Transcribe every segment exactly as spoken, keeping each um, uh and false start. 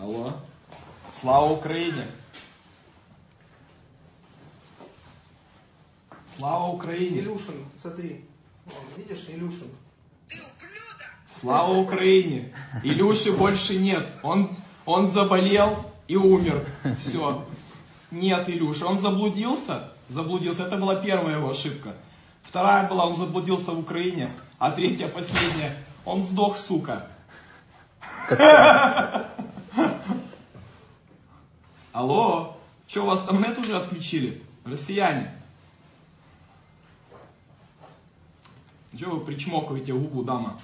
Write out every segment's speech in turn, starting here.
Алло. Слава Украине. Слава Украине. Илюшин, смотри. Вон, видишь, Илюшин. Ты ублюдок! Слава Украине. Илюши больше нет. Он, он заболел и умер. Все. Нет, Илюши. Он заблудился. Заблудился. Это была первая его ошибка. Вторая была, он заблудился в Украине. А третья, последняя, он сдох, сука. Алло. Че, у вас там нет уже отключили? Россияне. Че вы причмокиваете губу, дама?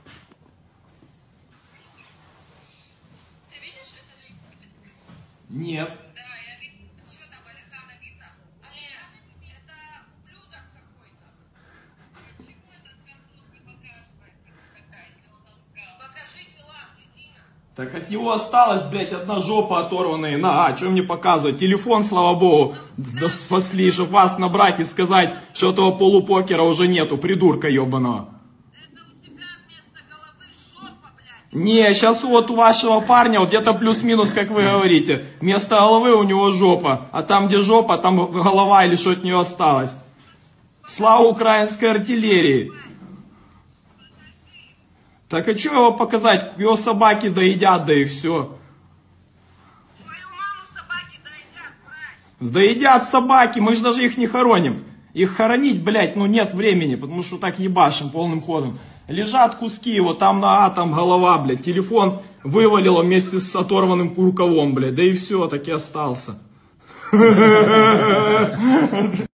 Ты видишь это ли? Нет. Да, я вижу. Что там, Александра видно? Александр, это ублюдок какой-то. Почему этот козлов не показывает? Какая, если он лгал? Покажите вам, Кристина. Так от него осталась, блядь, одна жопа оторванная. На, а, что мне показывать? Телефон, слава богу, да спасли, чтобы вас набрать и сказать, что этого полупокера уже нету, придурка ебаного. Это у тебя вместо головы жопа, блядь. Не, сейчас вот у вашего парня вот где-то плюс-минус, как вы говорите. Вместо головы у него жопа. А там, где жопа, там голова или что от нее осталось. Слава украинской артиллерии. Так а что его показать? Его собаки доедят, да и все. Твою маму собаки доедят, мразь. Доедят собаки, мы же даже их не хороним. Их хоронить, блядь, ну нет времени, потому что так ебашим полным ходом. Лежат куски, его там на А, там голова, блядь. Телефон вывалило вместе с оторванным рукавом, блядь. Да и все, так и остался.